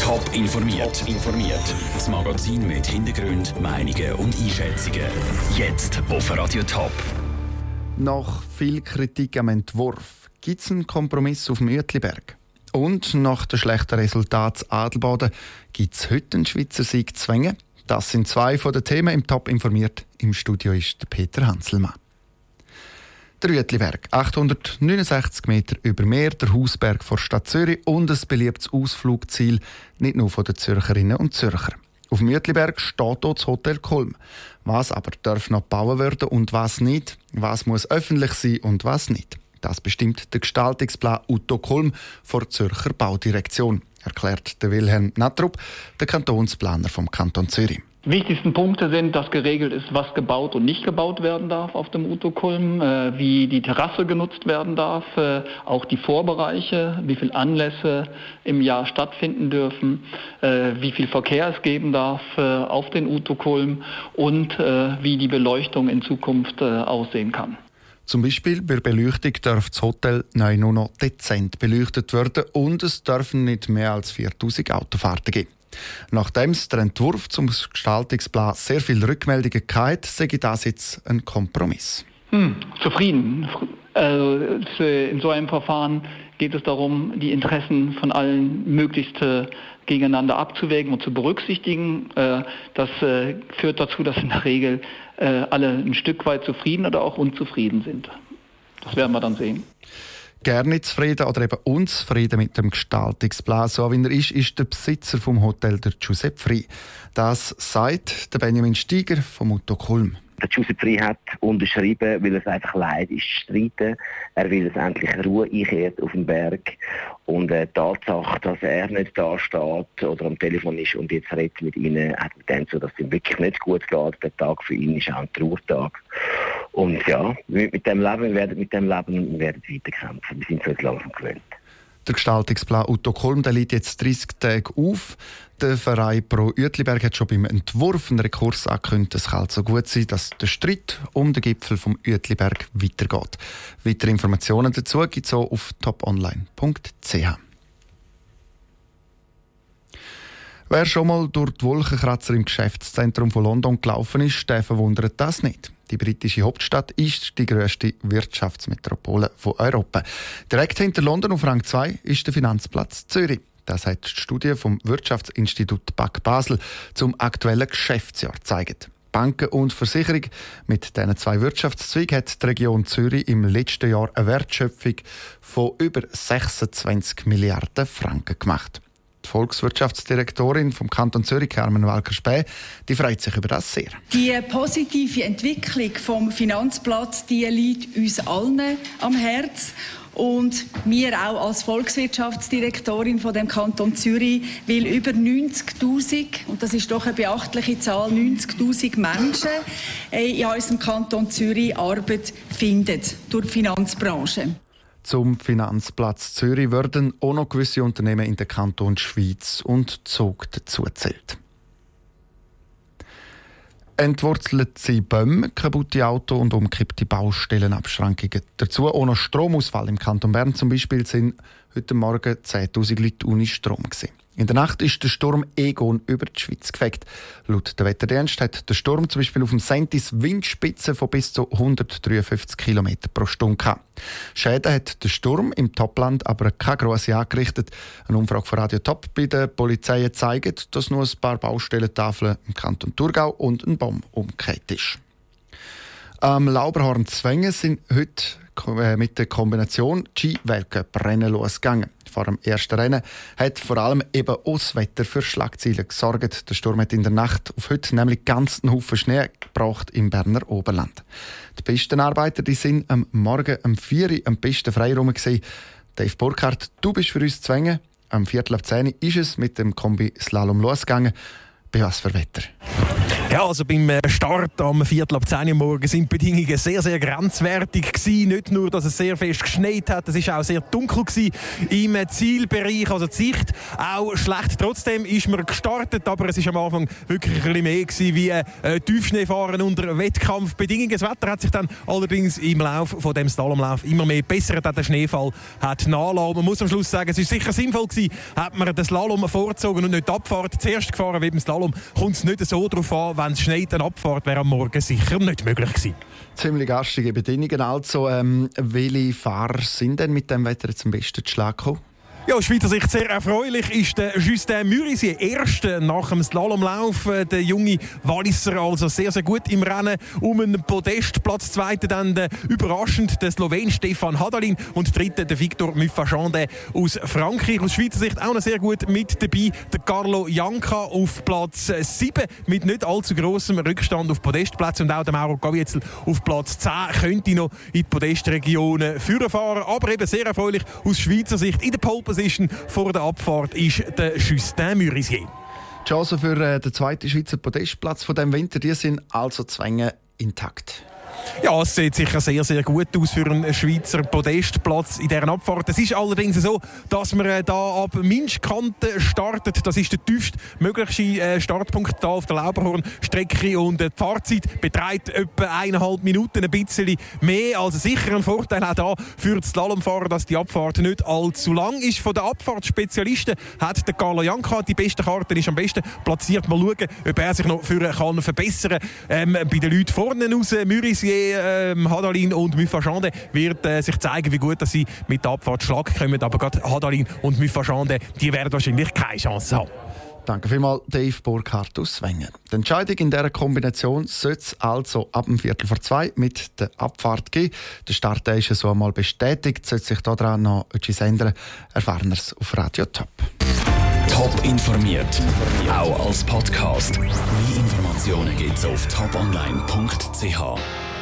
Top informiert. Das Magazin mit Hintergrund, Meinungen und Einschätzungen. Jetzt auf Radio Top. Nach viel Kritik am Entwurf gibt es einen Kompromiss auf dem Uetliberg. Und nach dem schlechten Resultat Adelboden gibt es heute einen Schweizer Sieg zu Wengen. Das sind zwei von den Themen im Top informiert. Im Studio ist der Peter Hanselmann. Der Uetliberg, 869 Meter über Meer, der Hausberg vor Stadt Zürich und ein beliebtes Ausflugsziel, nicht nur von den Zürcherinnen und Zürcher. Auf dem Uetliberg steht dort das Hotel Kulm. Was aber darf noch gebaut werden und was nicht? Was muss öffentlich sein und was nicht? Das bestimmt der Gestaltungsplan Uto Kulm vor Zürcher Baudirektion, erklärt der Wilhelm Nattrup, der Kantonsplaner vom Kanton Zürich. Die wichtigsten Punkte sind, dass geregelt ist, was gebaut und nicht gebaut werden darf auf dem Uto Kulm, wie die Terrasse genutzt werden darf, auch die Vorbereiche, wie viele Anlässe im Jahr stattfinden dürfen, wie viel Verkehr es geben darf auf den Uto Kulm und wie die Beleuchtung in Zukunft aussehen kann. Zum Beispiel bei Beleuchtung darf das Hotel neu nur noch dezent beleuchtet werden und es dürfen nicht mehr als 4000 Autofahrten geben. Nachdem es der Entwurf zum Gestaltungsplan sehr viele Rückmeldungen hatte, sage ich das jetzt ein Kompromiss. Zufrieden. In so einem Verfahren geht es darum, die Interessen von allen möglichst gegeneinander abzuwägen und zu berücksichtigen. Das führt dazu, dass in der Regel alle ein Stück weit zufrieden oder auch unzufrieden sind. Das werden wir dann sehen. Gerne zufrieden oder eben unzufrieden mit dem Gestaltungsplan, so wie er ist der Besitzer vom Hotel, der Giuseppe Frey. Das sagt der Benjamin Steiger vom Uto Kulm. Der Giuseppe Frey hat unterschrieben, weil es einfach leid ist zu streiten. Er will, dass endlich Ruhe einkehrt auf dem Berg. Und die Tatsache, dass er nicht da steht oder am Telefon ist und jetzt redet mit ihnen, hat mit so, dass es ihm wirklich nicht gut geht. Der Tag für ihn ist auch ein Trauertag. Und ja, wir werden mit dem leben und wir werden weiterkämpfen. Wir sind so langsam gewöhnt. Der Gestaltungsplan Uto Kulm liegt jetzt 30 Tage auf. Der Verein Pro Uetliberg hat schon beim Entwurf einen Rekurs angekündigt. Es kann also gut sein, dass der Streit um den Gipfel vom Uetliberg weitergeht. Weitere Informationen dazu gibt es auch auf toponline.ch. Wer schon mal durch die Wolkenkratzer im Geschäftszentrum von London gelaufen ist, der verwundert das nicht. Die britische Hauptstadt ist die grösste Wirtschaftsmetropole von Europa. Direkt hinter London auf Rang 2 ist der Finanzplatz Zürich. Das hat die Studie vom Wirtschaftsinstitut BAK Basel zum aktuellen Geschäftsjahr gezeigt. Banken und Versicherung, mit diesen zwei Wirtschaftszweigen hat die Region Zürich im letzten Jahr eine Wertschöpfung von über 26 Milliarden Franken gemacht. Die Volkswirtschaftsdirektorin vom Kanton Zürich, Carmen Walker-Späh, die freut sich über das sehr. Die positive Entwicklung vom Finanzplatz, die liegt uns allen am Herzen. Und mir auch als Volkswirtschaftsdirektorin von dem Kanton Zürich, weil über 90'000, und das ist doch eine beachtliche Zahl, 90'000 Menschen in unserem Kanton Zürich Arbeit finden durch die Finanzbranche. Zum Finanzplatz Zürich werden auch noch gewisse Unternehmen in der Kanton Schweiz und Zug dazu gezählt. Entwurzelte Bäume, kaputte Autos und umkippte Baustellenabschrankungen. Dazu auch noch Stromausfall. Im Kanton Bern zum Beispiel sind heute Morgen 10'000 Leute ohne Strom gewesen. In der Nacht ist der Sturm Egon über die Schweiz gefegt. Laut der Wetterdienst hat der Sturm zum Beispiel auf dem Sentis Windspitzen von bis zu 153 km pro Stunde gehabt. Schäden hat der Sturm im Topland aber keine grosse angerichtet. Eine Umfrage von Radio Top bei den Polizeien zeigt, dass nur ein paar Baustellentafeln im Kanton Thurgau und ein Baum umgekehrt ist. Am Lauberhorn Zwängen sind heute mit der Kombination Ski-Weltcup-Rennen losgegangen. Vor dem ersten Rennen hat vor allem eben auch das Wetter für Schlagzeilen gesorgt. Der Sturm hat in der Nacht auf heute nämlich ganz einen Haufen Schnee gebracht im Berner Oberland. Die Pistenarbeiter die sind am Morgen um 4 Uhr am Pistenfreiraum gewesen. Dave Burkhardt, du bist für uns zu Wengen. Am 9:45 ist es mit dem Kombi-Slalom losgegangen. Bei was für Wetter? Ja, also beim Start am 9:45 Uhr morgens sind die Bedingungen sehr, sehr grenzwertig gewesen. Nicht nur, dass es sehr fest geschneit hat, es war auch sehr dunkel gewesen im Zielbereich, also die Sicht auch schlecht. Trotzdem ist man gestartet, aber es war am Anfang wirklich ein bisschen mehr gewesen wie Tiefschneefahren unter Wettkampfbedingungen. Das Wetter hat sich dann allerdings im Lauf von dem Slalomlauf immer mehr bessert, der Schneefall hat nachgelassen. Man muss am Schluss sagen, es ist sicher sinnvoll gewesen, hat man den Slalom vorgezogen und nicht die Abfahrt zuerst gefahren wie beim Slalom. Kommt es nicht so darauf an, wenn es schneit, eine Abfahrt wäre am Morgen sicher nicht möglich gewesen. Ziemlich garstige Bedingungen. Also, welche Fahrer sind denn mit dem Wetter zum besten Schlag gekommen? Ja, aus Schweizer Sicht sehr erfreulich ist der Justin Murisier Erster nach dem Slalomlauf. Der junge Walliser also sehr, sehr gut im Rennen um einen Podestplatz. Zweiter dann überraschend der Slowen Stefan Hadalin und dritter der Victor Mufajande aus Frankreich. Aus Schweizer Sicht auch noch sehr gut mit dabei der Carlo Janka auf Platz 7 mit nicht allzu grossem Rückstand auf Podestplätze und auch der Mauro Gavietzel auf Platz 10 könnte noch in die Podestregionen fahren. Aber eben sehr erfreulich aus Schweizer Sicht in der Pole vor der Abfahrt ist der Justin Murisier. Die Chancen für den zweiten Schweizer Podestplatz von diesem Winter, die sind also zwänge intakt. Ja, es sieht sicher sehr, sehr gut aus für einen Schweizer Podestplatz in dieser Abfahrt. Es ist allerdings so, dass man da ab Minschkante startet. Das ist der tiefst mögliche Startpunkt hier auf der Lauberhornstrecke und die Fahrzeit beträgt etwa 1,5 Minuten, ein bisschen mehr. Also sicher ein Vorteil auch da für die Slalomfahrer, dass die Abfahrt nicht allzu lang ist. Von den Abfahrtsspezialisten hat der Carlo Janka die beste Karte, ist am besten platziert. Mal schauen, ob er sich noch verbessern kann. Bei den Leuten vorne raus, Murisier, Hadalin und Mufajande wird sich zeigen, wie gut dass sie mit der Abfahrt Schlag kommen. Aber gerade Hadalin und Mufajande, die werden wahrscheinlich keine Chance haben. Danke vielmals, Dave Burkhardt aus Wengen. Die Entscheidung in dieser Kombination sollte es also ab 1:45 mit der Abfahrt geben. Der Start ist so einmal bestätigt. Sollte sich daran noch etwas ändern, erfahren wir es auf Radio Top. Top informiert, auch als Podcast. Mehr Informationen gibt's auf toponline.ch.